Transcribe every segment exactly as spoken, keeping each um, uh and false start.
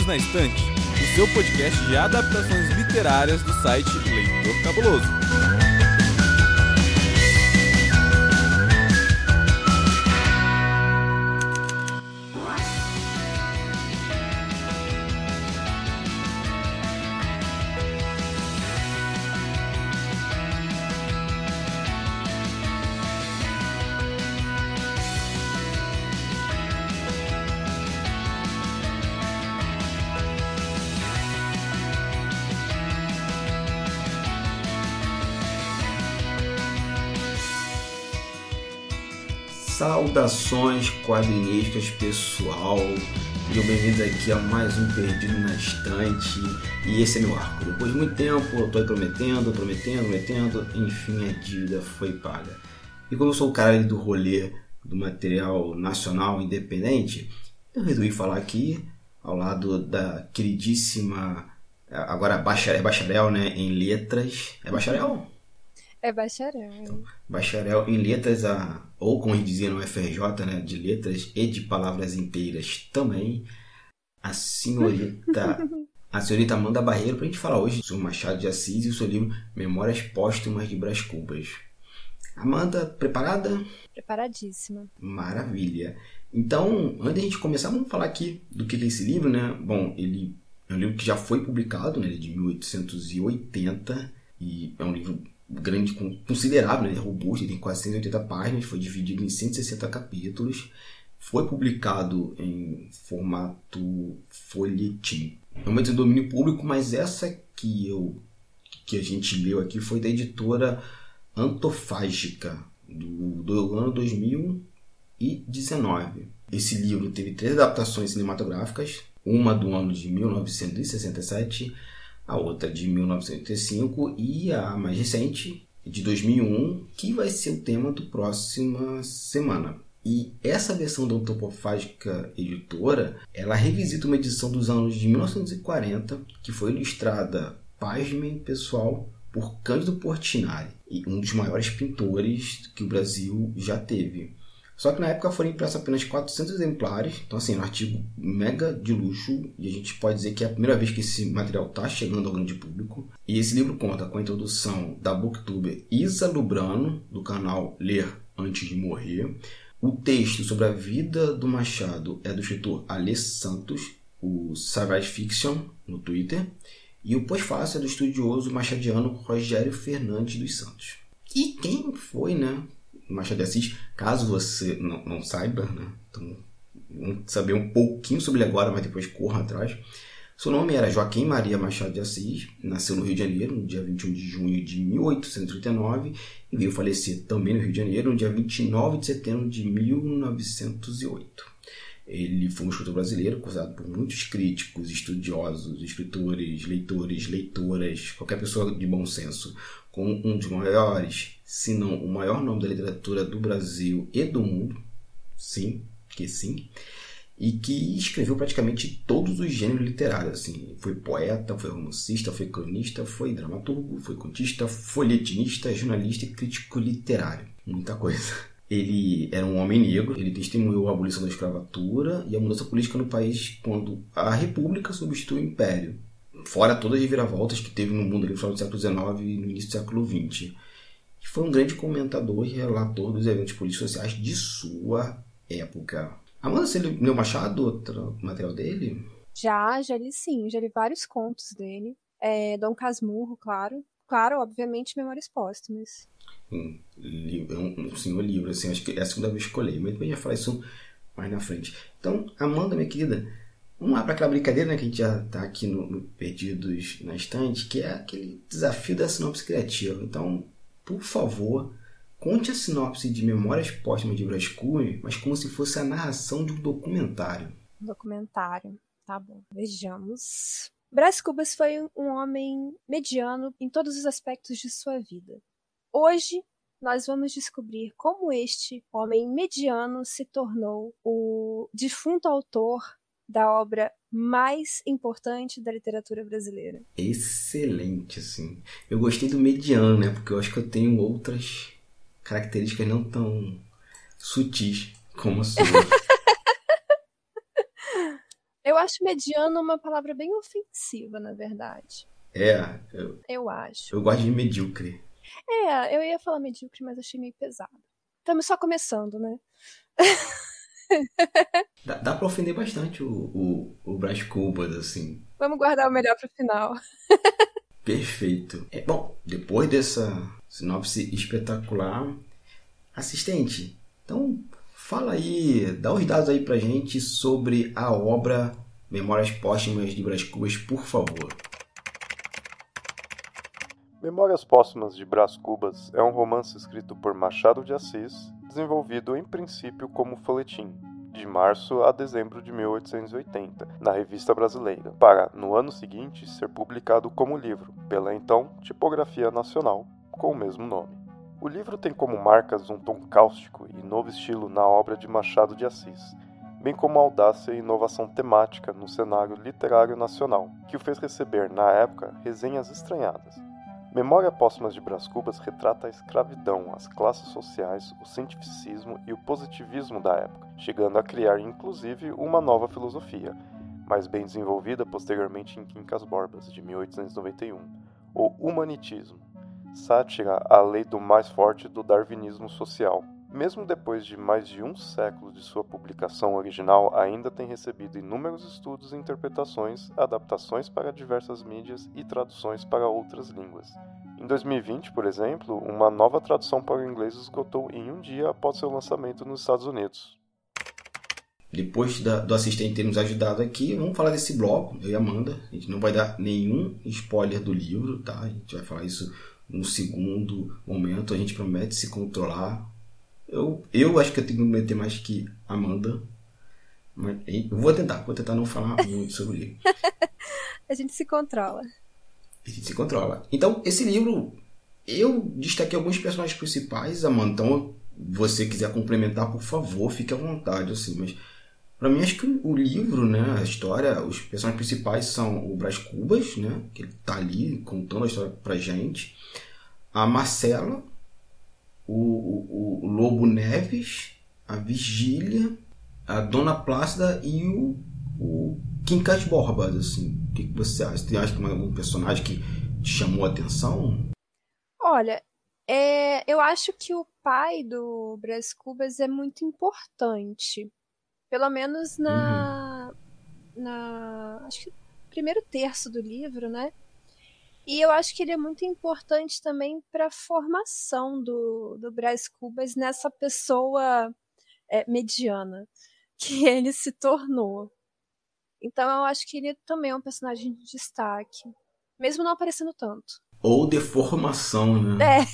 Livros na Estante, o seu podcast de adaptações literárias do site Leitor Cabuloso. Saudações quadrinísticas, pessoal, e bem-vindos aqui a mais um Perdido na Estante. E esse é meu arco. Depois de muito tempo eu tô aí prometendo, prometendo, prometendo, enfim a dívida foi paga. E como eu sou o cara ali do rolê do material nacional independente, eu resolvi falar aqui ao lado da queridíssima, agora bacharel, é bacharel né, em letras, é bacharel? É bacharel. Bacharel em letras, a, ou como eles diziam no F R J, né, de letras e de palavras inteiras também, a senhorita, a senhorita Amanda Barreiro, para a gente falar hoje sobre Machado de Assis e o seu livro Memórias Póstumas de Brás Cubas. Amanda, preparada? Preparadíssima. Maravilha. Então, antes de a gente começar, vamos falar aqui do que é esse livro, né? Bom, ele é um livro que já foi publicado, né, de mil oitocentos e oitenta, e é um livro grande, considerável, né? Robusto, tem quase cento e oitenta páginas, foi dividido em cento e sessenta capítulos, foi publicado em formato folhetim. É uma edição de domínio público, mas essa que, eu, que a gente leu aqui foi da editora Antofágica, do, do ano dois mil e dezenove. Esse livro teve três adaptações cinematográficas, uma do ano de mil novecentos e sessenta e sete, a outra de mil novecentos e oitenta e cinco e a mais recente, de dois mil e um, que vai ser o tema do próxima semana. E essa versão da Antofágica Editora, ela revisita uma edição dos anos de mil novecentos e quarenta, que foi ilustrada, pasmem pessoal, por Cândido Portinari, um dos maiores pintores que o Brasil já teve. Só que na época foram impressos apenas quatrocentos exemplares, então assim, um artigo mega de luxo, e a gente pode dizer que é a primeira vez que esse material está chegando ao grande público. E esse livro conta com a introdução da booktuber Isa Lubrano, do canal Ler Antes de Morrer. O texto sobre a vida do Machado é do escritor Alê Santos, o Savage Fiction, no Twitter, e o pós-fácil é do estudioso machadiano Rogério Fernandes dos Santos. E quem foi, né? Machado de Assis, caso você não, não saiba, né? Então, vamos saber um pouquinho sobre ele agora, mas depois corra atrás. Seu nome era Joaquim Maria Machado de Assis, nasceu no Rio de Janeiro, no dia vinte e um de junho de mil oitocentos e trinta e nove, e veio falecer também no Rio de Janeiro, no dia vinte e nove de setembro de mil novecentos e oito. Ele foi um escritor brasileiro, considerado por muitos críticos, estudiosos, escritores, leitores, leitoras, qualquer pessoa de bom senso, como um dos maiores, se não o maior nome da literatura do Brasil e do mundo, sim, que sim, e que escreveu praticamente todos os gêneros literários. Assim, foi poeta, foi romancista, foi cronista, foi dramaturgo, foi contista, folhetinista, jornalista e crítico literário. Muita coisa. Ele era um homem negro, ele testemunhou a abolição da escravatura e a mudança política no país quando a República substituiu o Império, fora todas as reviravoltas que teve no mundo ali no final do século dezenove e no início do século vinte. E foi um grande comentador e relator dos eventos políticos sociais de sua época. Amanda, você leu Machado, outro material dele? Já, já li sim, já li vários contos dele. É, Dom Casmurro, claro. Claro, obviamente, Memórias Póstumas. Um, livro, um, um senhor livro, assim, acho que é a segunda vez que eu leio, mas depois a gente vai falar isso mais na frente. Então, Amanda, minha querida, vamos lá para aquela brincadeira, né, que a gente já está aqui no, no Perdidos na Estante, que é aquele desafio da sinopse criativa. Então, por favor, conte a sinopse de Memórias Póstumas de Brás Cubas, mas como se fosse a narração de um documentário. Documentário, tá bom, vejamos. Brás Cubas foi um homem mediano em todos os aspectos de sua vida. Hoje, nós vamos descobrir como este homem mediano se tornou o defunto autor da obra mais importante da literatura brasileira. Excelente, assim. Eu gostei do mediano, né? Porque eu acho que eu tenho outras características não tão sutis como a sua. Eu acho mediano uma palavra bem ofensiva, na verdade. É, eu, Eu acho. eu gosto de medíocre. É, eu ia falar medíocre, mas achei meio pesado. Estamos só começando, né? Dá, dá pra ofender bastante o, o, o Brás Cubas, assim. Vamos guardar o melhor pro final. Perfeito. É, bom, depois dessa sinopse espetacular, assistente, então fala aí, dá os dados aí pra gente sobre a obra Memórias Póstumas de Brás Cubas, por favor. Memórias Póstumas de Brás Cubas é um romance escrito por Machado de Assis, desenvolvido em princípio como folhetim, de março a dezembro de mil oitocentos e oitenta, na Revista Brasileira, para, no ano seguinte, ser publicado como livro, pela então Tipografia Nacional, com o mesmo nome. O livro tem como marcas um tom cáustico e novo estilo na obra de Machado de Assis, bem como audácia e inovação temática no cenário literário nacional, que o fez receber, na época, resenhas estranhadas. Memórias Póstumas de Brás Cubas retrata a escravidão, as classes sociais, o cientificismo e o positivismo da época, chegando a criar inclusive uma nova filosofia, mais bem desenvolvida posteriormente em Quincas Borbas, de mil oitocentos e noventa e um, o humanitismo, sátira à lei do mais forte do darwinismo social. Mesmo depois de mais de um século de sua publicação original, ainda tem recebido inúmeros estudos e interpretações, adaptações para diversas mídias e traduções para outras línguas. Em dois mil e vinte, por exemplo, uma nova tradução para o inglês esgotou em um dia após seu lançamento nos Estados Unidos. Depois da, do assistente ter nos ajudado aqui, vamos falar desse bloco, eu e a Amanda. A gente não vai dar nenhum spoiler do livro, tá? A gente vai falar isso no segundo momento, a gente promete se controlar. Eu, eu acho que eu tenho que meter mais que Amanda. Mas eu vou tentar, vou tentar não falar muito sobre o livro. A gente se controla. A gente se controla. Então, esse livro, eu destaquei alguns personagens principais, Amanda. Então, se você quiser complementar, por favor, fique à vontade. Assim, mas, pra mim, acho que o livro, né, a história, os personagens principais são o Brás Cubas, né, que ele tá ali contando a história pra gente. A Marcela, O, o, o Lobo Neves, a Vigília, a Dona Plácida e o, o Quincas Borbas, assim. O que, que você acha? Você acha que tem algum personagem que te chamou a atenção? Olha, é, eu acho que o pai do Brás Cubas é muito importante. Pelo menos na, uhum. na acho que no primeiro terço do livro, né? E eu acho que ele é muito importante também para a formação do, do Brás Cubas nessa pessoa é, mediana que ele se tornou. Então eu acho que ele também é um personagem de destaque, mesmo não aparecendo tanto. Ou de formação, né?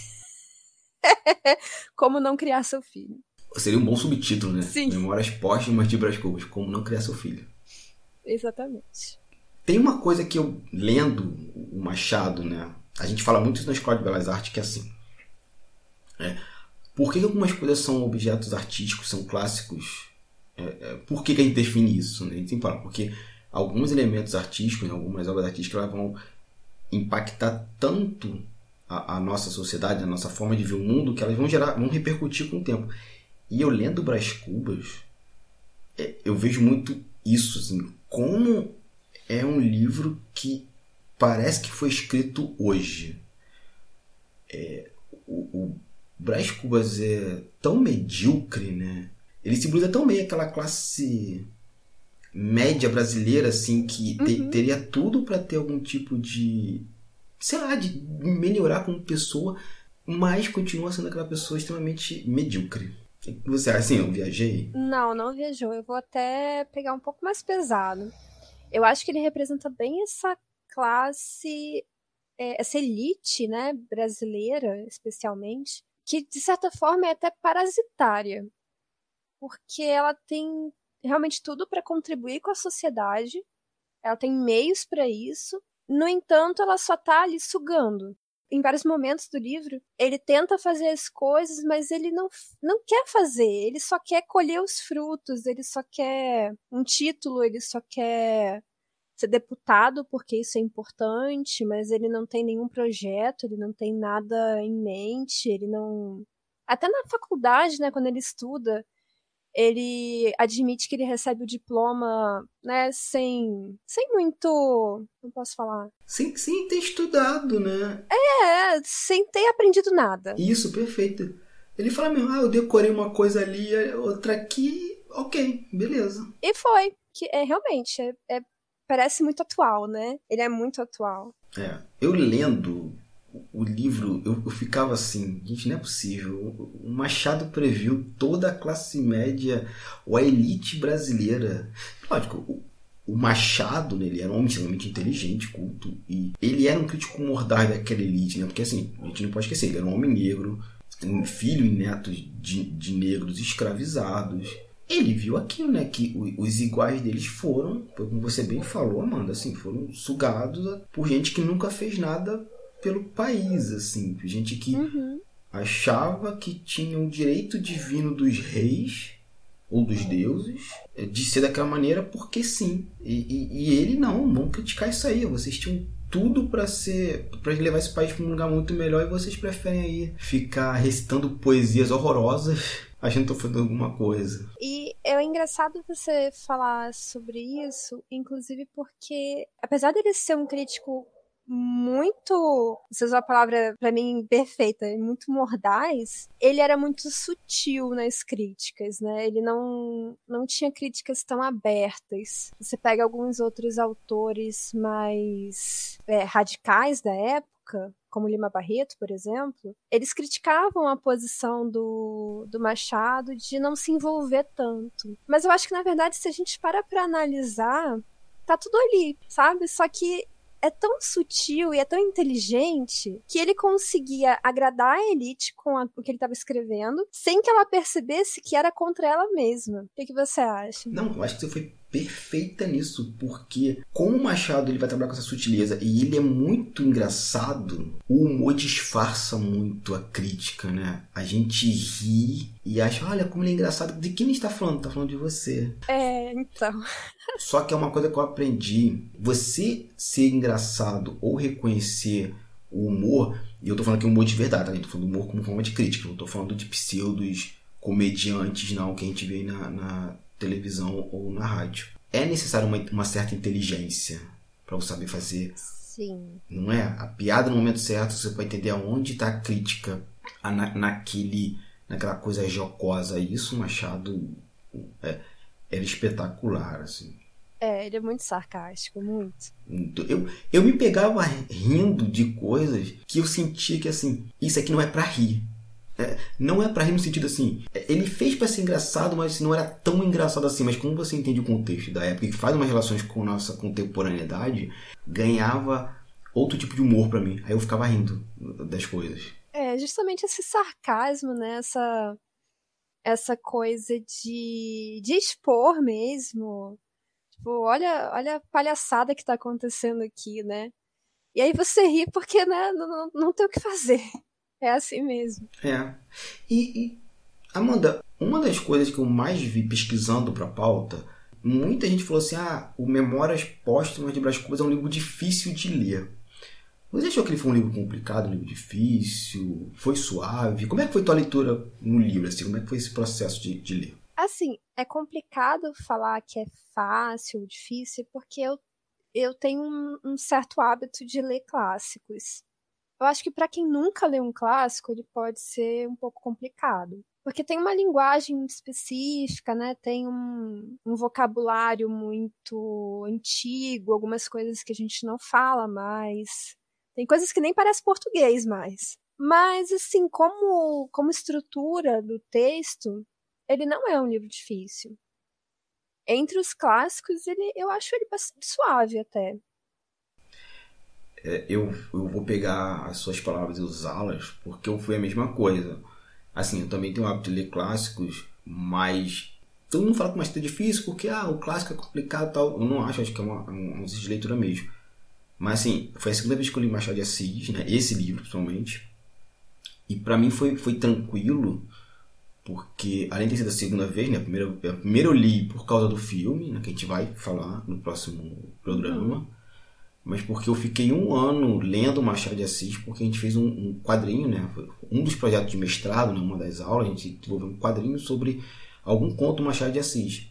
É. Como não criar seu filho. Seria um bom subtítulo, né? Sim. Memórias Póstumas de Brás Cubas, como não criar seu filho. Exatamente. Tem uma coisa que eu, lendo o Machado, né? A gente fala muito isso na Escola de Belas Artes, que é assim. É, por que algumas coisas são objetos artísticos, são clássicos? É, é, por que, que a gente define isso? Né? A gente tem que falar, porque alguns elementos artísticos, né, algumas obras artísticas, elas vão impactar tanto a, a nossa sociedade, a nossa forma de ver o mundo, que elas vão gerar, vão repercutir com o tempo. E eu lendo Brás Cubas, é, eu vejo muito isso, assim, como é um livro que parece que foi escrito hoje. É, o, o Brás Cubas é tão medíocre, né? Ele simboliza tão bem aquela classe média brasileira, assim, que te, uhum. teria tudo para ter algum tipo de, sei lá, de melhorar como pessoa, mas continua sendo aquela pessoa extremamente medíocre. Você acha assim, eu viajei? Não, não viajou. Eu vou até pegar um pouco mais pesado. Eu acho que ele representa bem essa classe, essa elite, né, brasileira, especialmente, que de certa forma é até parasitária, porque ela tem realmente tudo para contribuir com a sociedade, ela tem meios para isso, no entanto, ela só está ali sugando. Em vários momentos do livro, ele tenta fazer as coisas, mas ele não, não quer fazer, ele só quer colher os frutos, ele só quer um título, ele só quer ser deputado porque isso é importante, mas ele não tem nenhum projeto, ele não tem nada em mente, ele não... Até na faculdade, né, quando ele estuda, Ele admite que ele recebe o diploma, né, sem, sem muito, não posso falar... Sem, sem ter estudado, né? É, sem ter aprendido nada. Isso, perfeito. Ele fala mesmo, ah, eu decorei uma coisa ali, outra aqui, ok, beleza. E foi, que é realmente, é, é, parece muito atual, né? Ele é muito atual. É, eu lendo o livro, eu, eu ficava assim, gente, não é possível. O Machado previu toda a classe média, ou a elite brasileira. Lógico, o, o Machado, né, ele era um homem extremamente inteligente, culto, e ele era um crítico mordaz daquela elite, né? Porque assim, a gente não pode esquecer, ele era um homem negro, um filho e neto de, de negros escravizados. Ele viu aquilo, né? Que os iguais deles foram, como você bem falou, Amanda, assim, foram sugados por gente que nunca fez nada pelo país, assim, gente que uhum. achava que tinha o direito divino dos reis ou dos deuses de ser daquela maneira porque sim. E, e, e ele não, vamos criticar isso aí. Vocês tinham tudo para ser, para levar esse país para um lugar muito melhor e vocês preferem aí ficar recitando poesias horrorosas achando que estou fazendo alguma coisa. E é engraçado você falar sobre isso, inclusive porque, apesar dele ser um crítico muito, você usou a palavra pra mim perfeita, muito mordaz, ele era muito sutil nas críticas, né? Ele não, não tinha críticas tão abertas. Você pega alguns outros autores mais é, radicais da época, como Lima Barreto, por exemplo, eles criticavam a posição do, do Machado de não se envolver tanto. Mas eu acho que, na verdade, se a gente para pra analisar, tá tudo ali, sabe? Só que é tão sutil e é tão inteligente que ele conseguia agradar a elite com a, o que ele estava escrevendo, sem que ela percebesse que era contra ela mesma. O que, que você acha? Não, eu acho que você foi perfeita nisso, porque como o Machado ele vai trabalhar com essa sutileza e ele é muito engraçado, o humor disfarça muito a crítica, né? A gente ri e acha, olha como ele é engraçado. De quem ele está falando? Tá falando de você. É, então... Só que é uma coisa que eu aprendi. Você ser engraçado ou reconhecer o humor, e eu tô falando aqui humor de verdade, tá? Eu tô falando humor como forma de crítica, não tô falando de pseudos comediantes, não, que a gente vê na, na televisão ou na rádio. É necessário uma, uma certa inteligência para você saber fazer. Sim. Não é? A piada no momento certo, você pode entender aonde tá a crítica a, na, naquele, naquela coisa jocosa. Isso, Machado, é, era espetacular, assim. É, ele é muito sarcástico, muito. Eu, eu me pegava rindo de coisas que eu sentia que, assim, isso aqui não é pra rir. É, não é pra rir no sentido assim, ele fez pra ser engraçado, mas não era tão engraçado assim. Mas como você entende o contexto da época e faz umas relações com nossa contemporaneidade, ganhava outro tipo de humor pra mim. Aí eu ficava rindo das coisas. É, justamente esse sarcasmo, né? Essa, essa coisa de, de expor mesmo. Tipo, olha, olha a palhaçada que tá acontecendo aqui, né? E aí você ri porque, né, não, não, não tem o que fazer. É assim mesmo. É. E, e, Amanda, uma das coisas que eu mais vi pesquisando pra pauta, muita gente falou assim, ah, o Memórias Póstumas de Brás Cubas é um livro difícil de ler. Você achou que ele foi um livro complicado, um livro difícil? Foi suave? Como é que foi tua leitura no livro? Assim? Como é que foi esse processo de, de ler? Assim, é complicado falar que é fácil ou difícil, porque eu, eu tenho um, um certo hábito de ler clássicos. Eu acho que para quem nunca leu um clássico, ele pode ser um pouco complicado. Porque tem uma linguagem específica, né? Tem um, um vocabulário muito antigo, algumas coisas que a gente não fala mais. Tem coisas que nem parece português mais. Mas, assim, como, como estrutura do texto, ele não é um livro difícil. Entre os clássicos, ele, eu acho ele bastante suave até. É, eu, eu vou pegar as suas palavras e usá-las, porque eu fui a mesma coisa. Assim, eu também tenho o hábito de ler clássicos, mas todo mundo fala que mais é difícil, porque ah, o clássico é complicado e tal. Eu não acho, acho que é uma, um exercício de leitura mesmo. Mas assim, foi a segunda vez que eu li Machado de Assis, né? Esse livro, principalmente. E pra mim foi, foi tranquilo, porque além de ter sido a segunda vez, né? A primeira, a primeira eu li por causa do filme, né? Que a gente vai falar no próximo programa. Uhum. Mas porque eu fiquei um ano lendo Machado de Assis, porque a gente fez um, um quadrinho, né? Um dos projetos de mestrado, né? Uma das aulas, a gente desenvolveu um quadrinho sobre algum conto do Machado de Assis.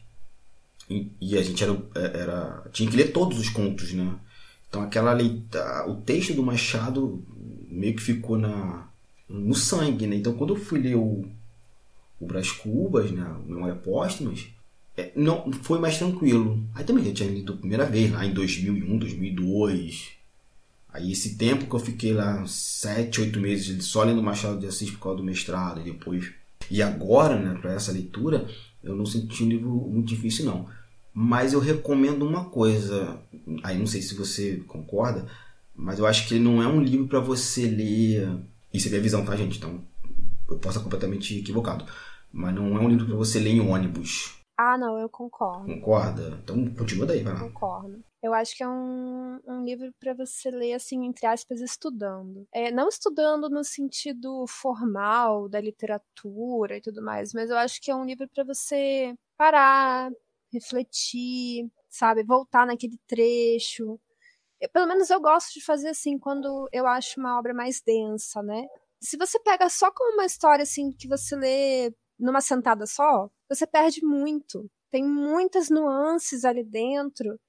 E, e a gente era, era, tinha que ler todos os contos, né? Então aquela leita, o texto do Machado meio que ficou na, no sangue, né? Então quando eu fui ler o, o Brás Cubas, né? O Memória Póstumas, é, não, foi mais tranquilo. Aí também já tinha lido a primeira vez, lá em dois mil e um, dois mil e dois. Aí esse tempo que eu fiquei lá, sete, oito meses só lendo Machado de Assis por causa do mestrado e depois. E agora, né, para essa leitura, eu não senti um livro muito difícil, não. Mas eu recomendo uma coisa, aí não sei se você concorda, mas eu acho que ele não é um livro para você ler. Isso é minha visão, tá, gente? Então eu posso estar completamente equivocado. Mas não é um livro para você ler em ônibus. Ah, não, eu concordo. Concorda? Então continua daí, vai lá. Concordo. Eu acho que é um, um livro para você ler, assim, entre aspas, estudando. É, não estudando no sentido formal da literatura e tudo mais, mas eu acho que é um livro para você parar, refletir, sabe? Voltar naquele trecho. Eu, pelo menos eu gosto de fazer assim quando eu acho uma obra mais densa, né? Se você pega só com uma história assim que você lê numa sentada só, você perde muito. Tem muitas nuances ali dentro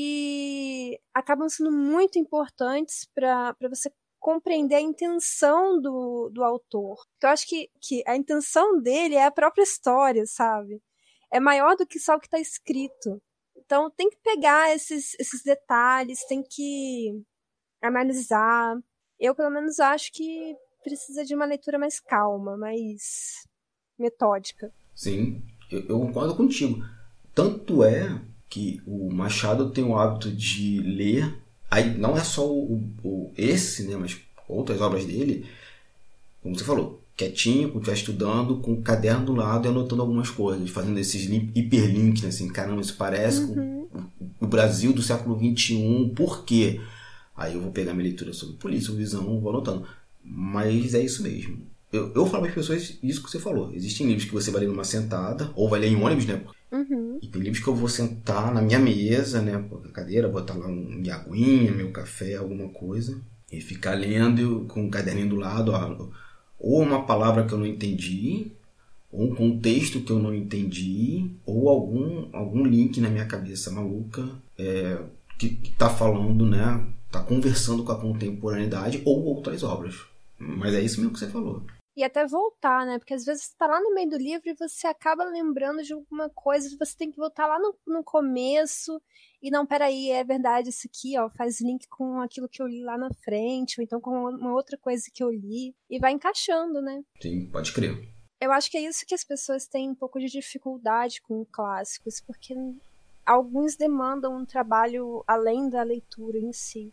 que acabam sendo muito importantes para você compreender a intenção do, do autor. Eu acho que, que a intenção dele é a própria história, sabe? É maior do que só o que está escrito. Então tem que pegar esses, esses detalhes, tem que analisar. Eu, pelo menos, acho que precisa de uma leitura mais calma, mais metódica. Sim, eu, eu concordo contigo. Tanto é que o Machado tem o hábito de ler, aí não é só o, o, esse, né, mas outras obras dele, como você falou, quietinho, quando estiver estudando, com o caderno do lado e anotando algumas coisas, fazendo esses hiperlinks, né, assim, caramba, isso parece uhum. com o, o Brasil do século vinte e um, por quê? Aí eu vou pegar minha leitura sobre polícia, visão, vou anotando. Mas é isso mesmo. Eu, eu falo para as pessoas isso que você falou. Existem livros que você vai ler numa sentada, ou vai ler em ônibus, né? Uhum. E tem livros que eu vou sentar na minha mesa, né? Na cadeira, botar lá um, minha aguinha, meu café, alguma coisa, e ficar lendo com um caderninho do lado, ó, ou uma palavra que eu não entendi, ou um contexto que eu não entendi, ou algum, algum link na minha cabeça maluca é, que está falando, né? Está conversando com a contemporaneidade ou outras obras. Mas é isso mesmo que você falou. E até voltar, né? Porque às vezes você tá lá no meio do livro e você acaba lembrando de alguma coisa, você tem que voltar lá no, no começo e não, peraí, é verdade, isso aqui, ó, faz link com aquilo que eu li lá na frente, ou então com uma outra coisa que eu li, e vai encaixando, né? Sim, pode crer. Eu acho que é isso que as pessoas têm um pouco de dificuldade com clássicos, porque alguns demandam um trabalho além da leitura em si.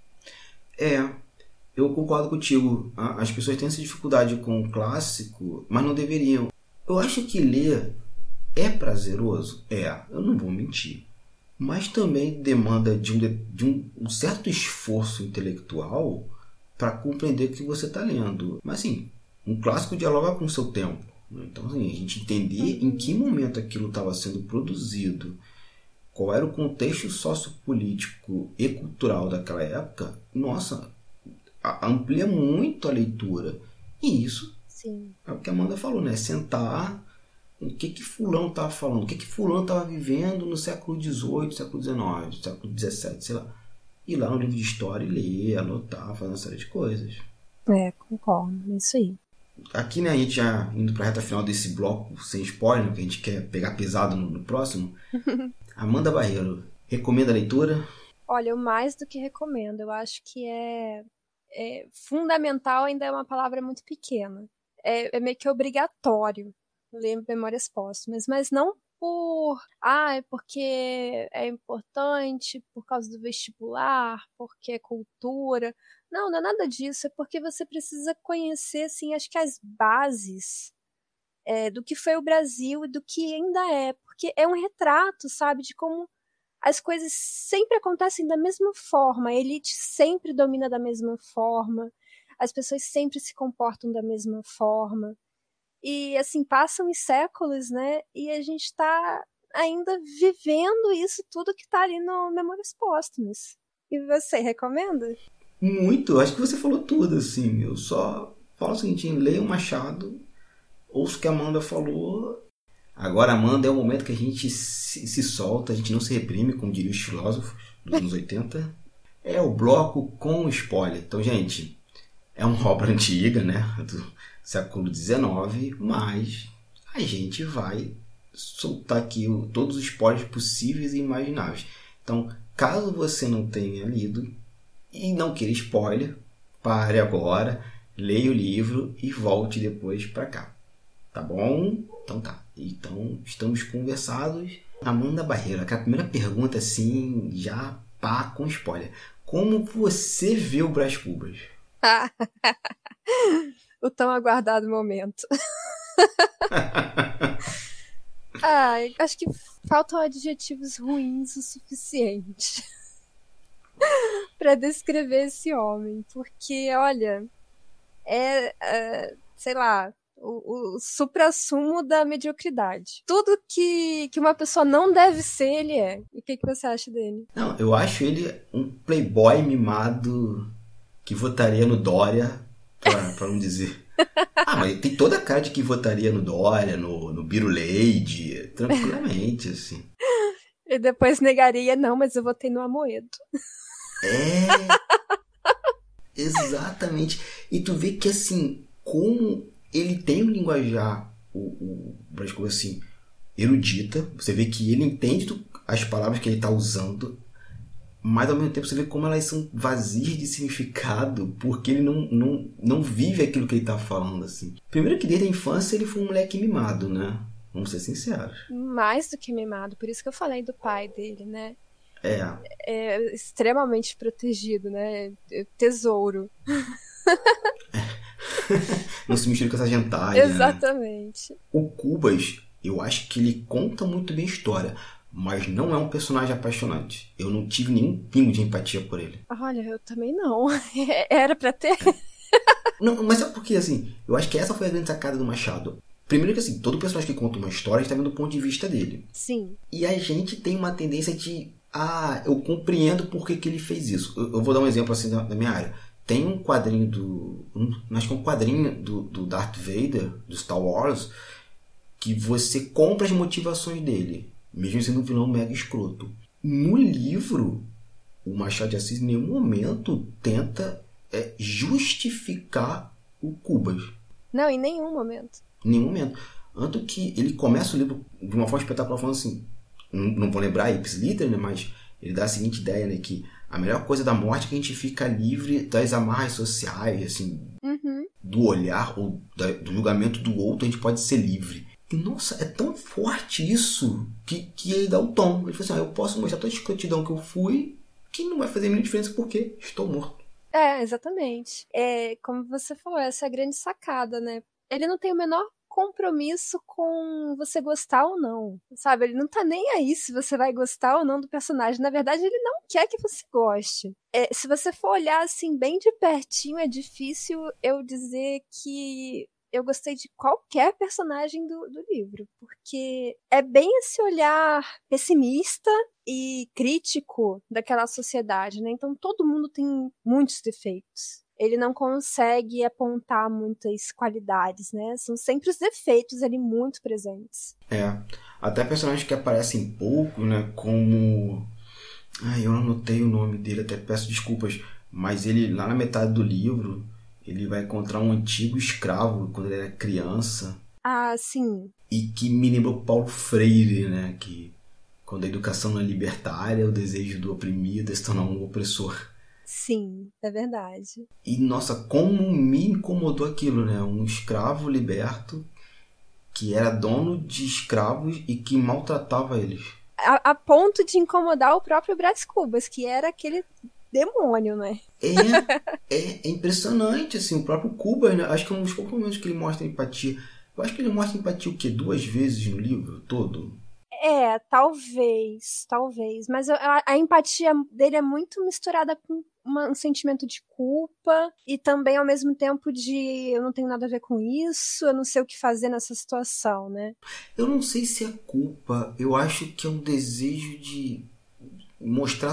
É, eu concordo contigo. As pessoas têm essa dificuldade com o clássico, mas não deveriam. Eu acho que ler é prazeroso? É, eu não vou mentir. Mas também demanda de um, de um, um certo esforço intelectual para compreender o que você está lendo. Mas assim, um clássico dialoga com o seu tempo. Então assim, a gente entender em que momento aquilo estava sendo produzido, qual era o contexto sociopolítico e cultural daquela época, nossa, amplia muito a leitura. E isso Sim. é o que a Amanda falou, né? Sentar, o que que fulano estava falando, o que que fulano estava vivendo no século dezoito, século dezenove, século dezessete, sei lá. Ir lá no livro de história e ler, anotar, fazer uma série de coisas. É, concordo, é isso aí. Aqui, né, a gente já indo para a reta final desse bloco, sem spoiler, que a gente quer pegar pesado no, no próximo. Amanda Barreiro, recomenda a leitura? Olha, eu mais do que recomendo. Eu acho que é, é fundamental, ainda é uma palavra muito pequena. É, é meio que obrigatório ler Memórias Póstumas, mas não por, ah, é porque é importante, por causa do vestibular, porque é cultura. Não, não é nada disso, é porque você precisa conhecer, assim, acho que as bases é, do que foi o Brasil e do que ainda é, porque é um retrato, sabe, de como as coisas sempre acontecem da mesma forma, a elite sempre domina da mesma forma, as pessoas sempre se comportam da mesma forma, e assim, passam os séculos, né, e a gente está ainda vivendo isso tudo que está ali no Memórias Póstumas. E você, recomenda? Muito, acho que você falou tudo, assim. Eu só falo o seguinte, leia o Machado, ouço o que a Amanda falou. Agora, Amanda, é o momento que a gente se, se solta, a gente não se reprime, como diriam os filósofos dos anos oitenta. É o bloco com spoiler. Então, gente, é uma obra antiga, né? Do século dezenove, mas a gente vai soltar aqui o, todos os spoilers possíveis e imagináveis. Então, caso você não tenha lido e não queira spoiler, pare agora, leia o livro e volte depois para cá. Tá bom? Então tá. Então, estamos conversados. Amanda Barreira, aquela primeira pergunta assim, já pá com spoiler. Como você vê o Brás Cubas? O tão aguardado momento. Ah, acho que faltam adjetivos ruins o suficiente para descrever esse homem, porque, olha, é, é sei lá, o, o suprassumo da mediocridade. Tudo que, que uma pessoa não deve ser, ele é. E o que, que você acha dele? Não, eu acho ele um playboy mimado que votaria no Dória, pra, pra não dizer... Ah, mas tem toda a cara de que votaria no Dória, no, no Biruleide, tranquilamente, assim. E depois negaria, não, mas eu votei no Amoedo. É, exatamente. E tu vê que, assim, como ele tem um linguajar, o, o Brás Cubas, assim, erudita, você vê que ele entende as palavras que ele está usando, mas ao mesmo tempo você vê como elas são vazias de significado, porque ele não, não, não vive aquilo que ele está falando, assim. Primeiro que desde a infância ele foi um moleque mimado, né? Vamos ser sinceros. Mais do que mimado, por isso que eu falei do pai dele, né? É. É extremamente protegido, né? Tesouro. Não se mistura com essa gentalha. Exatamente. Né? O Cubas, eu acho que ele conta muito bem a história, mas não é um personagem apaixonante. Eu não tive nenhum pingo de empatia por ele. Olha, eu também não. Era pra ter. Não, mas é porque, assim, eu acho que essa foi a grande sacada do Machado. Primeiro que, assim, todo personagem que conta uma história está vendo do ponto de vista dele. Sim. E a gente tem uma tendência de... Ah, eu compreendo por que, que ele fez isso. Eu, eu vou dar um exemplo, assim, da, da minha área. Tem um quadrinho do... Um, acho que é um quadrinho do, do Darth Vader, do Star Wars, que você compra as motivações dele, mesmo sendo um vilão mega escroto. No livro, o Machado de Assis em nenhum momento tenta é, justificar o Cubas. Não, em nenhum momento. Em nenhum momento. Tanto que ele começa o livro de uma forma espetacular falando assim, não, não vou lembrar Ipsis Liter, né, mas ele dá a seguinte ideia, né, que a melhor coisa da morte é que a gente fica livre das amarras sociais, assim, uhum. do olhar ou da, do julgamento do outro, a gente pode ser livre. E, nossa, é tão forte isso que, que ele dá o tom. Ele fala assim, ah, eu posso mostrar toda a escrotidão que eu fui, que não vai fazer nenhuma diferença porque estou morto. É, exatamente. É, como você falou, essa é a grande sacada, né? Ele não tem o menor compromisso com você gostar ou não, sabe? Ele não tá nem aí se você vai gostar ou não do personagem. Na verdade, ele não quer que você goste. É, se você for olhar assim bem de pertinho, é difícil eu dizer que eu gostei de qualquer personagem do, do livro, porque é bem esse olhar pessimista e crítico daquela sociedade, né? Então todo mundo tem muitos defeitos. Ele não consegue apontar muitas qualidades, né? São sempre os defeitos ali muito presentes. É, até personagens que aparecem pouco, né? Como... Ai, eu anotei o nome dele, até peço desculpas, mas ele, lá na metade do livro, ele vai encontrar um antigo escravo quando ele era criança. Ah, sim. E que me lembrou Paulo Freire, né? Que quando a educação não é libertária, o desejo do oprimido é se tornar um opressor. Sim, é verdade. E, nossa, como me incomodou aquilo, né? Um escravo liberto que era dono de escravos e que maltratava eles. A, a ponto de incomodar o próprio Brás Cubas, que era aquele demônio, né? É, é, é impressionante, assim, o próprio Cubas, né? Acho que é um dos poucos momentos que ele mostra empatia. Eu acho que ele mostra empatia o quê? Duas vezes no livro todo? É, talvez, talvez. Mas a, a empatia dele é muito misturada com uma, um sentimento de culpa e também ao mesmo tempo de eu não tenho nada a ver com isso, eu não sei o que fazer nessa situação, né? Eu não sei se é culpa, eu acho que é um desejo de mostrar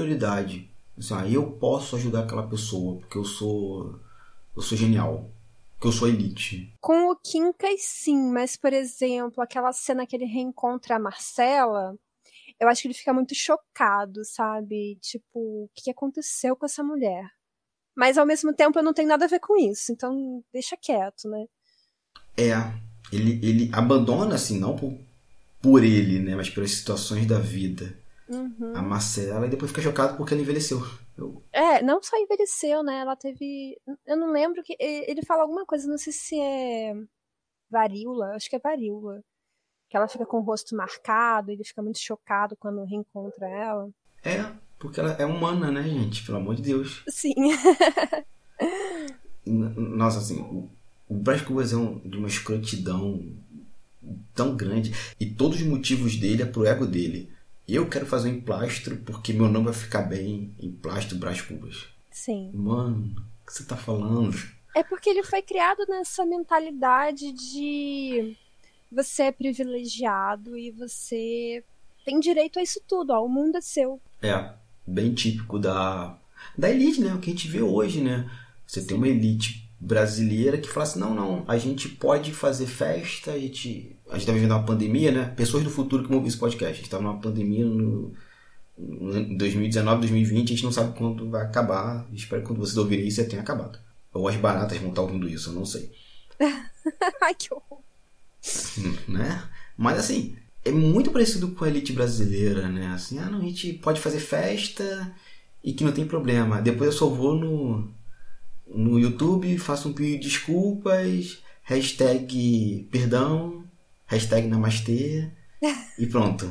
superioridade. Assim, ah, eu posso ajudar aquela pessoa porque eu sou, eu sou genial. que eu sou elite. Com o Quincas, sim, mas, por exemplo, aquela cena que ele reencontra a Marcela, eu acho que ele fica muito chocado, sabe? Tipo, o que aconteceu com essa mulher? Mas, ao mesmo tempo, eu não tenho nada a ver com isso, então deixa quieto, né? É, ele, ele abandona, assim, não por, por ele, né? Mas pelas situações da vida. Uhum. A Marcela, e depois fica chocado porque ela envelheceu. Eu... É, não só envelheceu, né? Ela teve... Eu não lembro que... Ele fala alguma coisa, não sei se é varíola, acho que é varíola. Que ela fica com o rosto marcado, ele fica muito chocado quando reencontra ela. É, porque ela é humana, né, gente? Pelo amor de Deus. Sim. Nossa, assim, o, o Brás Cubas é um, de uma escrotidão tão grande. E todos os motivos dele é pro ego dele. Eu quero fazer um emplastro porque meu nome vai ficar bem. Emplastro Brás Cubas. Sim. Mano, o que você tá falando? É porque ele foi criado nessa mentalidade de você é privilegiado e você tem direito a isso tudo, ó, o mundo é seu. É, bem típico da, da elite, né? O que a gente vê hoje, né? Você tem uma elite brasileira que fala assim, não, não, a gente pode fazer festa, a gente... A gente tá vivendo uma pandemia, né? Pessoas do futuro que vão ouvir esse podcast. A gente tá numa pandemia no, no dois mil e dezenove, dois mil e vinte, a gente não sabe quando vai acabar. Espero que quando vocês ouvirem isso já tenha acabado. Ou as baratas vão estar ouvindo isso, eu não sei. Ai, que horror. Né? Mas assim, é muito parecido com a elite brasileira, né? Assim, ah, não, a gente pode fazer festa e que não tem problema. Depois eu só vou no, no YouTube, faço um pedido de desculpas, hashtag perdão, hashtag namastê e pronto.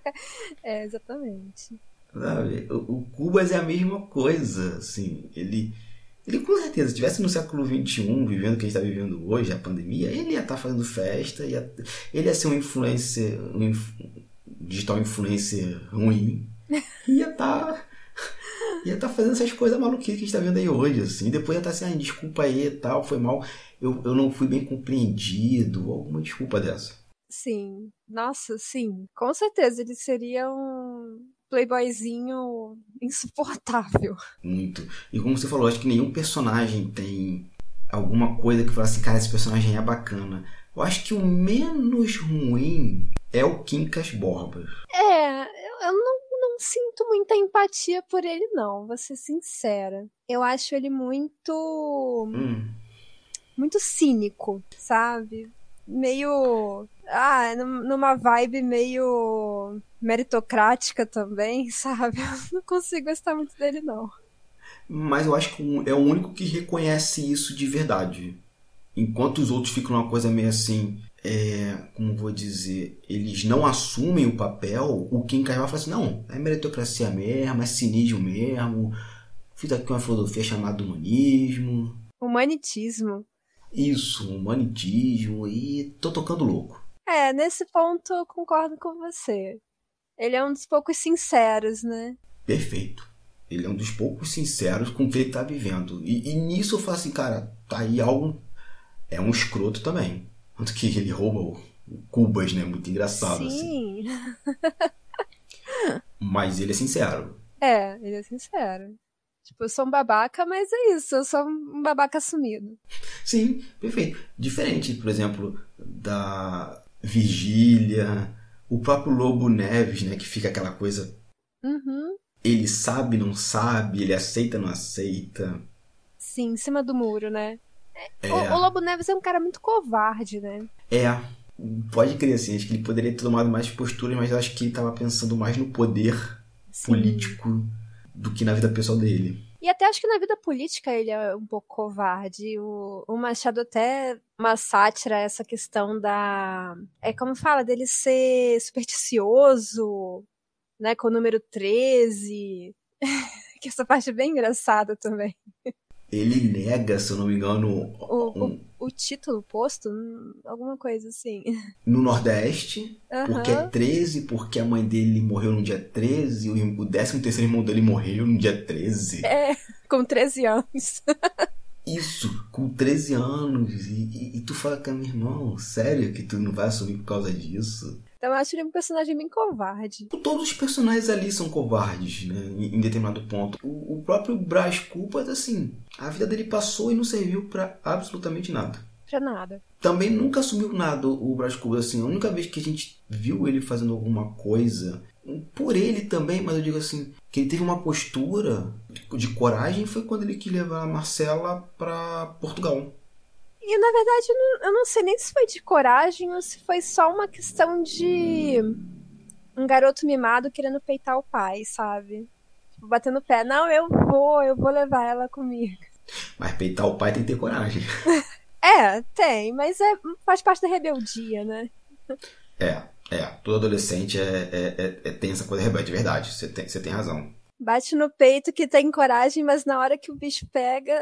É, exatamente. Sabe? O, o Cubas é a mesma coisa, assim, ele... Ele com certeza, se estivesse no século vinte e um, vivendo o que a gente está vivendo hoje, a pandemia, ele ia estar fazendo festa, ia, ele ia ser um influencer, um inf, digital influencer ruim, ia estar ia estar fazendo essas coisas maluquices que a gente está vendo aí hoje, assim, depois ia estar assim, ah, desculpa aí e tal, foi mal, eu, eu não fui bem compreendido, alguma desculpa dessa. Sim, nossa, sim, com certeza ele seria um playboyzinho insuportável. Muito. E como você falou, acho que nenhum personagem tem alguma coisa que fala assim, cara, esse personagem é bacana. Eu acho que o menos ruim é o Quincas Borba. É, eu não, não sinto muita empatia por ele, não, vou ser sincera. Eu acho ele muito... Hum. muito cínico, sabe? Meio... Ah, numa vibe meio meritocrática também, sabe? Eu não consigo gostar muito dele, não. Mas eu acho que é o único que reconhece isso de verdade. Enquanto os outros ficam numa coisa meio assim... É, como vou dizer, eles não assumem o papel, o Quincas vai falar assim, não, é meritocracia mesmo, é cinismo mesmo, fiz aqui uma filosofia chamada humanismo. Humanitismo. Isso, humanitismo, e tô tocando louco. É, nesse ponto eu concordo com você. Ele é um dos poucos sinceros, né? Perfeito. Ele é um dos poucos sinceros com o que ele tá vivendo. E, e nisso eu falo assim, cara, tá aí algo... É um escroto também. Tanto que ele rouba o, o Cubas, né? Muito engraçado, Sim. assim. Mas ele é sincero. É, ele é sincero. Tipo, eu sou um babaca, mas é isso. Eu sou um babaca assumido. Sim, perfeito. Diferente, por exemplo, da Vigília, o próprio Lobo Neves, né? Que fica aquela coisa... Uhum. Ele sabe, não sabe, ele aceita, não aceita. Sim, em cima do muro, né? É. O, o Lobo Neves é um cara muito covarde, né? É, pode crer, assim, acho que ele poderia ter tomado mais posturas, mas eu acho que ele estava pensando mais no poder Sim. político do que na vida pessoal dele. E até acho que na vida política ele é um pouco covarde. O, o Machado até uma sátira a essa questão da... É como fala, dele ser supersticioso, né, com o número treze. Que essa parte é bem engraçada também. Ele nega, se eu não me engano... O, um... o, o título posto? Alguma coisa assim. No Nordeste, uhum. porque é treze, porque a mãe dele morreu no dia treze, o décimo terceiro irmão dele morreu no dia treze. É, com treze anos. Isso, com treze anos. E, e, e tu fala, cara, meu irmão, sério que tu não vai assumir por causa disso? Então eu acho ele um personagem bem covarde. Todos os personagens ali são covardes, né? Em, em determinado ponto. O, o próprio Brás Cubas, assim, a vida dele passou e não serviu pra absolutamente nada. Pra nada. Também nunca assumiu nada o Brás Cubas, assim. A única vez que a gente viu ele fazendo alguma coisa, por ele também, mas eu digo assim, que ele teve uma postura de, de coragem, foi quando ele quis levar a Marcela pra Portugal. E, na verdade, eu não, eu não sei nem se foi de coragem ou se foi só uma questão de um garoto mimado querendo peitar o pai, sabe? Tipo, batendo o pé. Não, eu vou, eu vou levar ela comigo. Mas peitar o pai tem que ter coragem. É, tem, mas é, faz parte da rebeldia, né? É, é. Todo adolescente é, é, é, é, tem essa coisa rebelde, é verdade. Você tem, você tem razão. Bate no peito que tem coragem, mas na hora que o bicho pega...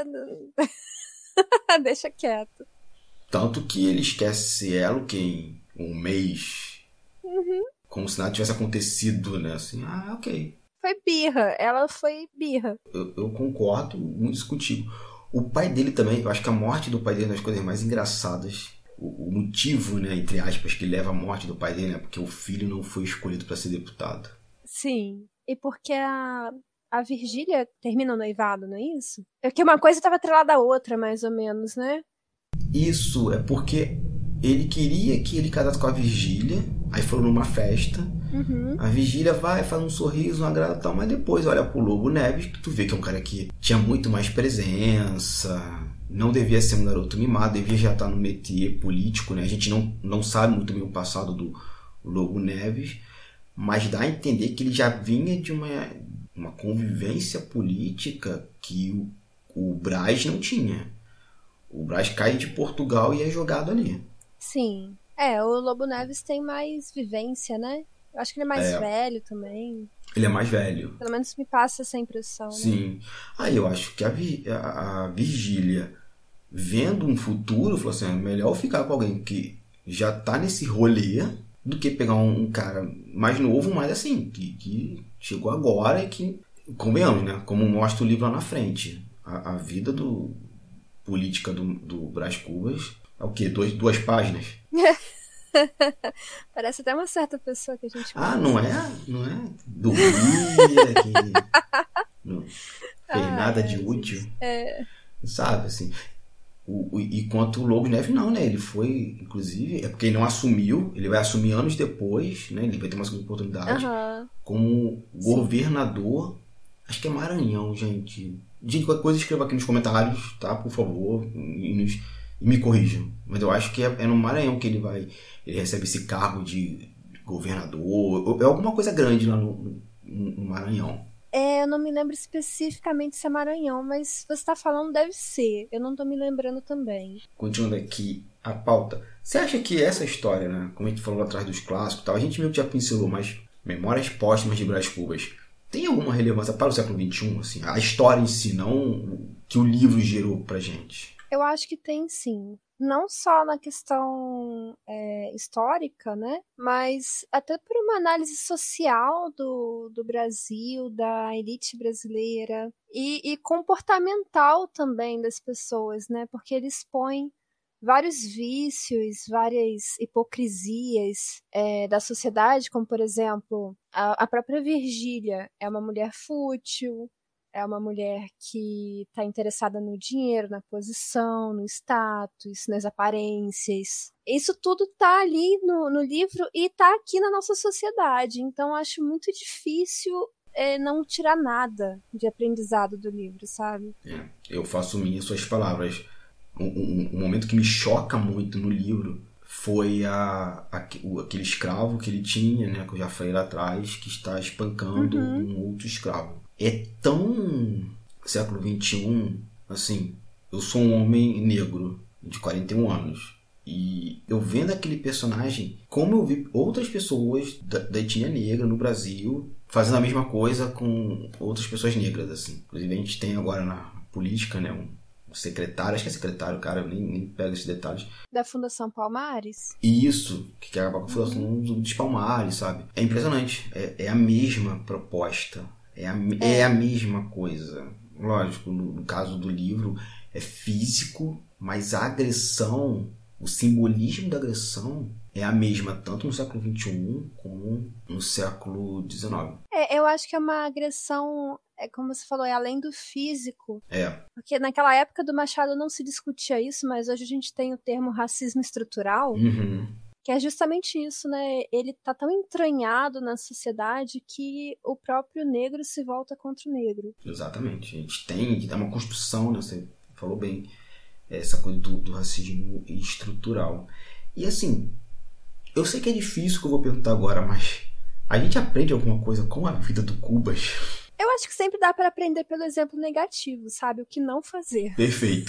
deixa quieto. Tanto que ele esquece ela, que em um mês, uhum. como se nada tivesse acontecido, né? Assim, ah, ok. Foi birra, ela foi birra. Eu, eu concordo muito contigo. O pai dele também, eu acho que a morte do pai dele é uma das coisas mais engraçadas. O, o motivo, né, entre aspas, que leva à morte do pai dele, né? Porque o filho não foi escolhido para ser deputado. Sim, e porque a... A Virgília termina o noivado, não é isso? É que uma coisa estava atrelada à outra, mais ou menos, né? Isso, é porque ele queria que ele casasse com a Virgília, aí foram numa festa, uhum. A Virgília vai, faz um sorriso, um agrado e tal, mas depois olha pro Lobo Neves, que tu vê que é um cara que tinha muito mais presença, não devia ser um garoto mimado, devia já estar no métier político, né? A gente não, não sabe muito bem o passado do Lobo Neves, mas dá a entender que ele já vinha de uma... uma convivência política que o, o Brás não tinha. O Brás cai de Portugal e é jogado ali. Sim. É, o Lobo Neves tem mais vivência, né? Eu acho que ele é mais é. velho também. Ele é mais velho. Pelo menos me passa essa impressão. Sim. Né? Aí eu acho que a, a, a Virgília, vendo um futuro, falou assim, é melhor ficar com alguém que já tá nesse rolê do que pegar um, um cara mais novo, mas assim, que... que chegou agora e que, convenhamos, né? Como mostra o livro lá na frente, a, a vida do política do, do Brás Cubas é o quê? Duas, duas páginas? Parece até uma certa pessoa que a gente Ah, conhece. não é? Não é? Dormia, que não fez ah, nada de útil. É. Sabe, assim... O, o, e quanto o Lobo Neves, não, né? Ele foi, inclusive, é porque ele não assumiu, ele vai assumir anos depois, né? Ele vai ter uma segunda oportunidade uhum. como governador, acho que é Maranhão, gente. Gente, qualquer coisa escreva aqui nos comentários, tá? Por favor, e, nos, e me corrijam. Mas eu acho que é, é no Maranhão que ele vai, ele recebe esse cargo de governador, é alguma coisa grande lá no, no, no Maranhão. É, eu não me lembro especificamente se é Maranhão, mas você está falando deve ser. Eu não estou me lembrando também. Continuando aqui a pauta. Você acha que essa história, né, como a gente falou atrás dos clássicos e tal, a gente meio que já pincelou, mas Memórias Póstumas de Brás Cubas tem alguma relevância para o século vinte e um? Assim, a história em si, não que o livro gerou pra gente? Eu acho que tem sim. Não só na questão é, histórica, né? Mas até por uma análise social do, do Brasil, da elite brasileira e, e comportamental também das pessoas, né? Porque ele expõe vários vícios, várias hipocrisias é, da sociedade, como, por exemplo, a, a própria Virgília é uma mulher fútil, é uma mulher que está interessada no dinheiro, na posição, no status, nas aparências. Isso tudo está ali no, no livro e está aqui na nossa sociedade. Então, acho muito difícil é, não tirar nada de aprendizado do livro, sabe? É, eu faço minhas suas palavras. Um, um, um momento que me choca muito no livro foi a, a, o, aquele escravo que ele tinha, né, que eu já falei lá atrás, que está espancando uhum. um outro escravo. É tão século vinte e um, assim, eu sou um homem negro de quarenta e um anos e eu vendo aquele personagem, como eu vi outras pessoas da, da etnia negra no Brasil fazendo a mesma coisa com outras pessoas negras, assim. Inclusive a gente tem agora na política, né, um secretário, acho que é secretário, cara, eu nem, nem pego esses detalhes. Da Fundação Palmares? Isso, que é a Fundação uhum. dos Palmares, sabe? É impressionante, é, é a mesma proposta. É a, é. é a mesma coisa. Lógico, no, no caso do livro, é físico, mas a agressão, o simbolismo da agressão é a mesma, tanto no século vinte e um como no século dezenove. É, eu acho que é uma agressão, é como você falou, é além do físico. É. Porque naquela época do Machado não se discutia isso, mas hoje a gente tem o termo racismo estrutural, Uhum. que é justamente isso, né? Ele tá tão entranhado na sociedade que o próprio negro se volta contra o negro. Exatamente. A gente tem, é uma construção, né? Você falou bem, essa coisa do, do racismo estrutural. E assim, eu sei que é difícil o que eu vou perguntar agora, mas a gente aprende alguma coisa com a vida do Cubas? Eu acho que sempre dá para aprender pelo exemplo negativo, sabe? O que não fazer. Perfeito.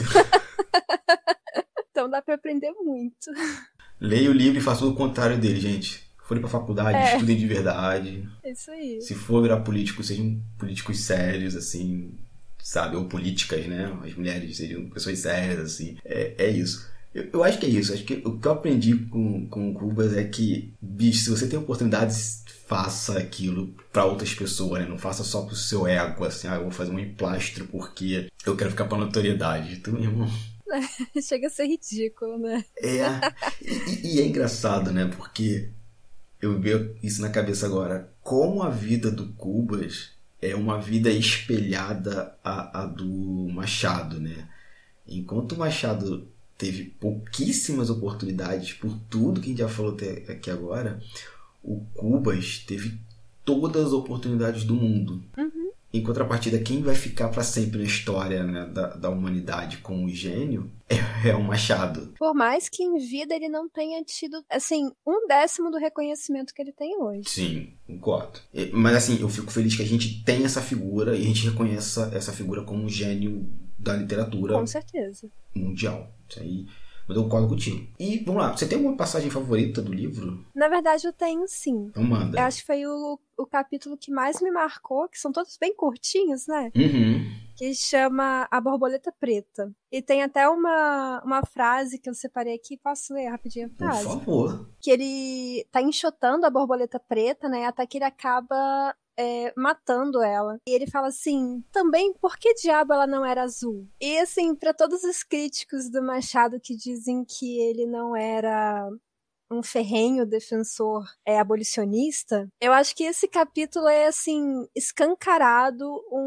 Então dá para aprender muito. Leia o livro e faça o contrário dele, gente. Forem pra faculdade, É. estudem de verdade. É isso aí. Se for virar político, sejam políticos sérios, assim, sabe? Ou políticas, né? As mulheres sejam pessoas sérias, assim. É, é isso. Eu, eu acho que é isso. Acho que o que eu aprendi com, com o Cubas é que, bicho, se você tem oportunidades, faça aquilo pra outras pessoas, né? Não faça só pro seu ego, assim, ah, eu vou fazer um emplastro porque eu quero ficar pra notoriedade. Tu, meu irmão... Chega a ser ridículo, né? É, e, e é engraçado, né? Porque eu vejo isso na cabeça agora. Como a vida do Cubas é uma vida espelhada à, à do Machado, né? Enquanto o Machado teve pouquíssimas oportunidades por tudo que a gente já falou até aqui agora, o Cubas teve todas as oportunidades do mundo. Uhum. Em contrapartida, quem vai ficar para sempre na história, né, da, da humanidade como gênio é, é o Machado. Por mais que em vida ele não tenha tido, assim, um décimo do reconhecimento que ele tem hoje. Sim, concordo. E- Mas assim, eu fico feliz que a gente tem essa figura e a gente reconhece essa, essa figura como um gênio da literatura Com certeza. mundial. Isso aí, eu concordo contigo. E vamos lá, você tem alguma passagem favorita do livro? Na verdade, eu tenho sim. Então manda. Eu acho que foi o, o capítulo que mais me marcou, que são todos bem curtinhos, né? Uhum. Que chama A Borboleta Preta. E tem até uma, uma frase que eu separei aqui. Posso ler rapidinho a Por frase? favor. Que ele tá enxotando a borboleta preta, né? Até que ele acaba é, matando ela. E ele fala assim, também, por que diabo ela não era azul? E assim, pra todos os críticos do Machado que dizem que ele não era um ferrenho defensor é, abolicionista, eu acho que esse capítulo é, assim, escancarado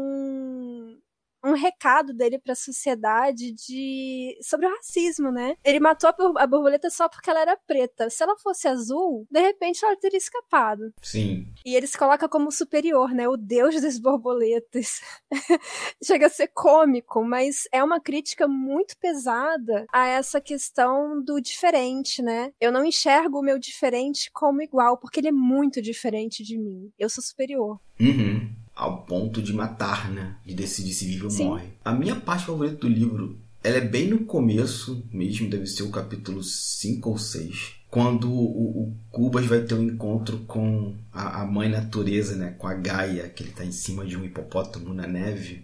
um... um recado dele pra sociedade de sobre o racismo, né? Ele matou a, bor- a borboleta só porque ela era preta. Se ela fosse azul, de repente ela teria escapado. Sim. E ele se coloca como superior, né? O deus das borboletas. Chega a ser cômico, mas é uma crítica muito pesada a essa questão do diferente, né? Eu não enxergo o meu diferente como igual, porque ele é muito diferente de mim. Eu sou superior. Uhum. Ao ponto de matar, né? De decidir se vive ou Sim. morre. A minha parte favorita do livro, ela é bem no começo mesmo, deve ser o capítulo cinco ou seis. Quando o, o Cubas vai ter um encontro com a, a mãe natureza, né? Com a Gaia, que ele tá em cima de um hipopótamo na neve.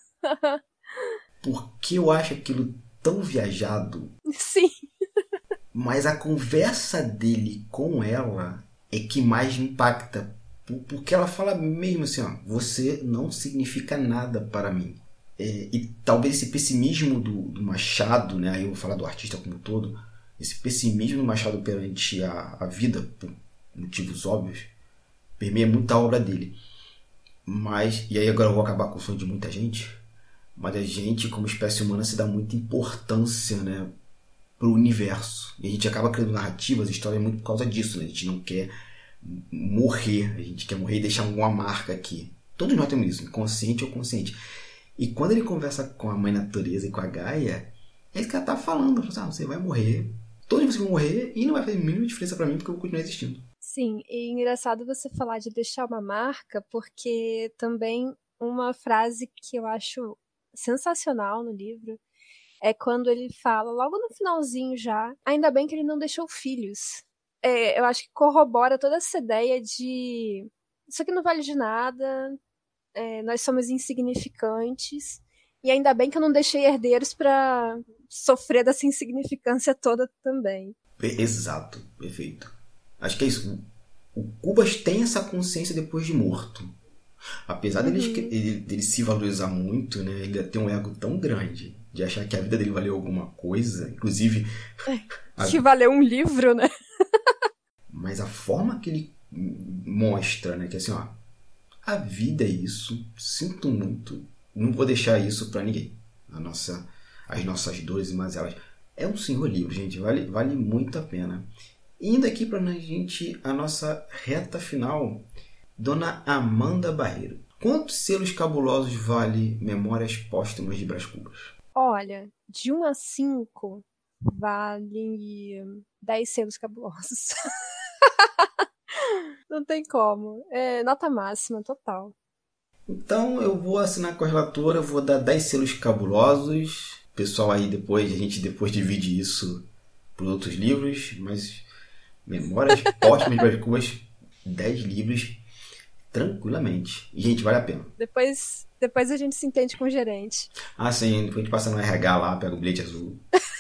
Porque eu acho aquilo tão viajado. Sim. Mas a conversa dele com ela é que mais me impacta. Por- Porque ela fala mesmo assim, ó, você não significa nada para mim. É, e talvez esse pessimismo do, do Machado, né, aí eu vou falar do artista como um todo, esse pessimismo do Machado perante a, a vida, por motivos óbvios, permeia muito a obra dele. Mas, e aí agora eu vou acabar com o sonho de muita gente, mas a gente, como espécie humana, se dá muita importância, né, pro universo. E a gente acaba criando narrativas, histórias muito por causa disso, né? A gente não quer morrer, a gente quer morrer e deixar alguma marca aqui. Todos nós temos isso, inconsciente ou consciente. E quando ele conversa com a mãe natureza e com a Gaia, é isso que ela tá falando. Ela fala assim, ah, você vai morrer, todos vocês vão morrer e não vai fazer a mínima diferença pra mim porque eu vou continuar existindo. Sim, e engraçado você falar de deixar uma marca, porque também uma frase que eu acho sensacional no livro é quando ele fala, logo no finalzinho já, ainda bem que ele não deixou filhos. É, eu acho que corrobora toda essa ideia de isso aqui não vale de nada, é, nós somos insignificantes, e ainda bem que eu não deixei herdeiros pra sofrer dessa insignificância toda também. Exato, perfeito. Acho que é isso. O Cubas tem essa consciência depois de morto. Apesar uhum. dele, dele, dele se valorizar muito, né? Ele tem um ego tão grande de achar que a vida dele valeu alguma coisa, inclusive... A... Que valeu um livro, né? Mas a forma que ele mostra, né? Que assim, ó, a vida é isso, sinto muito, não vou deixar isso pra ninguém. A nossa, as nossas dores e mazelas. É um senhor livro, gente, vale, vale muito a pena. Indo aqui pra gente, a nossa reta final, Dona Amanda Barreiro. Quantos selos cabulosos vale Memórias Póstumas de Brás Cubas? Olha, de um a cinco, vale dez selos cabulosos. Não tem como. É nota máxima, total. Então eu vou assinar com a relatora, eu vou dar dez selos cabulosos. Pessoal aí depois, a gente depois divide isso por outros livros, mas Memórias Póstumas de Brás Cubas, dez livros, tranquilamente. E, gente, vale a pena. Depois, depois a gente se entende com o gerente. Ah, sim, depois a gente passa no R H lá, pega o bilhete azul.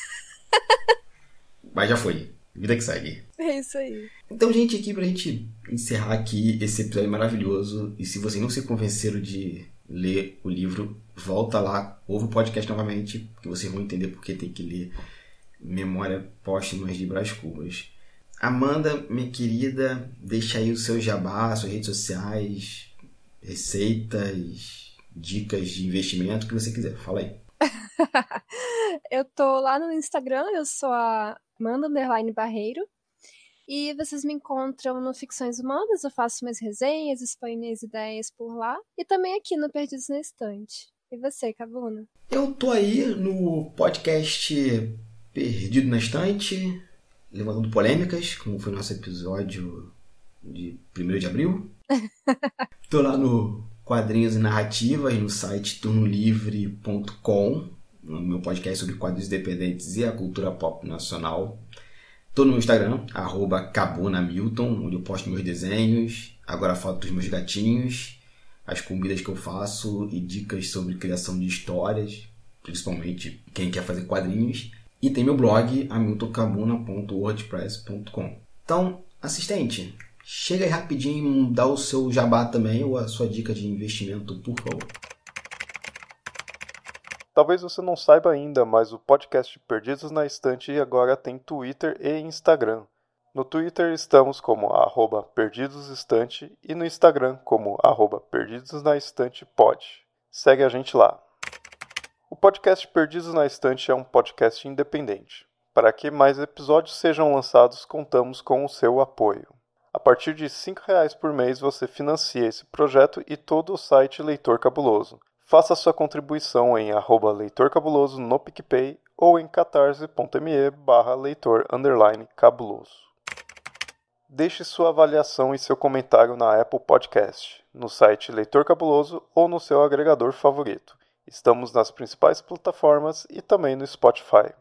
Mas já foi. Vida que segue. É isso aí. Então, gente, aqui pra gente encerrar aqui esse episódio maravilhoso. E se vocês não se convenceram de ler o livro, volta lá, ouve o podcast novamente, que vocês vão entender porque tem que ler Memórias Póstumas de Brás Cubas. Amanda, minha querida, deixa aí o seu jabá, suas redes sociais, receitas, dicas de investimento, o que você quiser. Fala aí. Eu tô lá no Instagram, eu sou a Amanda Underline Barreiro. E vocês me encontram no Ficções Humanas, eu faço umas resenhas, exponho minhas ideias por lá. E também aqui no Perdidos na Estante. E você, Cabuna? Eu tô aí no podcast Perdido na Estante, levantando polêmicas, como foi o nosso episódio de primeiro de abril. Tô lá no Quadrinhos e Narrativas, no site turno livre ponto com, no meu podcast sobre quadrinhos independentes e a cultura pop nacional. Tô no Instagram, arroba cabunamilton, onde eu posto meus desenhos, agora foto dos meus gatinhos, as comidas que eu faço e dicas sobre criação de histórias, principalmente quem quer fazer quadrinhos. E tem meu blog, hamilton cabuna ponto wordpress ponto com. Então, assistente, chega aí rapidinho e dá o seu jabá também ou a sua dica de investimento, por favor. Talvez você não saiba ainda, mas o podcast Perdidos na Estante agora tem Twitter e Instagram. No Twitter estamos como arroba perdidosestante e no Instagram como arroba perdidosnaestantepod. Segue a gente lá. O podcast Perdidos na Estante é um podcast independente. Para que mais episódios sejam lançados, contamos com o seu apoio. A partir de cinco reais por mês você financia esse projeto e todo o site Leitor Cabuloso. Faça sua contribuição em arroba Leitor Cabuloso no PicPay ou em catarse.me barra leitor underline cabuloso. Deixe sua avaliação e seu comentário na Apple Podcast, no site Leitor Cabuloso ou no seu agregador favorito. Estamos nas principais plataformas e também no Spotify.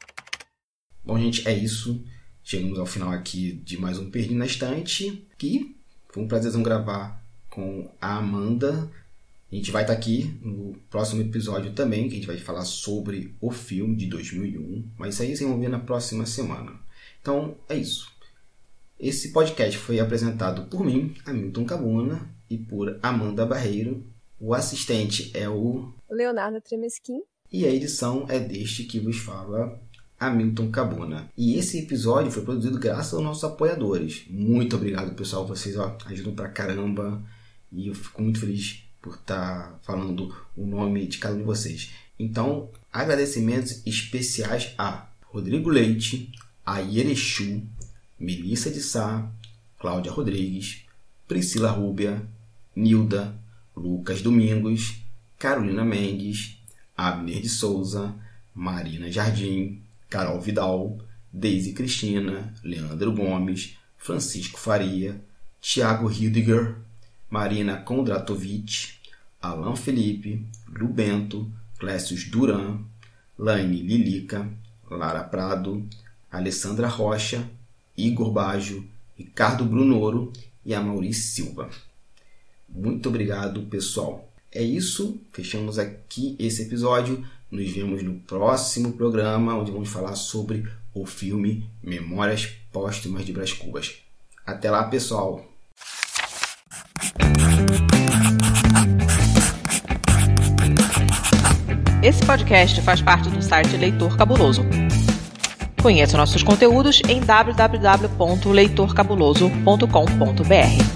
Bom, gente, é isso. Chegamos ao final aqui de mais um Perdido na Estante, que foi um prazerzão gravar com a Amanda. A gente vai estar aqui no próximo episódio também, que a gente vai falar sobre o filme de dois mil e um, mas isso aí vocês vão ver na próxima semana. Então, é isso. Esse podcast foi apresentado por mim, Hamilton Cabuna, e por Amanda Barreiro. O assistente é o Leonardo Tremesquim. E a edição é deste que vos fala, Hamilton Cabuna. E esse episódio foi produzido graças aos nossos apoiadores. Muito obrigado, pessoal. Vocês ó, ajudam pra caramba. E eu fico muito feliz por estar falando o nome de cada um de vocês. Então, agradecimentos especiais a Rodrigo Leite, a Yerechu, Melissa de Sá, Cláudia Rodrigues, Priscila Rúbia, Nilda, Lucas Domingos, Carolina Mendes, Abner de Souza, Marina Jardim, Carol Vidal, Deise Cristina, Leandro Gomes, Francisco Faria, Thiago Hildiger, Marina Kondratovic, Alan Felipe, Lu Bento, Clécius Duran, Laine Lilica, Lara Prado, Alessandra Rocha, Igor Baggio, Ricardo Brunoro e Amaury Silva. Muito obrigado, pessoal. É isso, fechamos aqui esse episódio. Nos vemos no próximo programa, onde vamos falar sobre o filme Memórias Póstumas de Brás Cubas. Até lá, pessoal! Esse podcast faz parte do site Leitor Cabuloso. Conheça nossos conteúdos em w w w ponto leitor cabuloso ponto com ponto b r.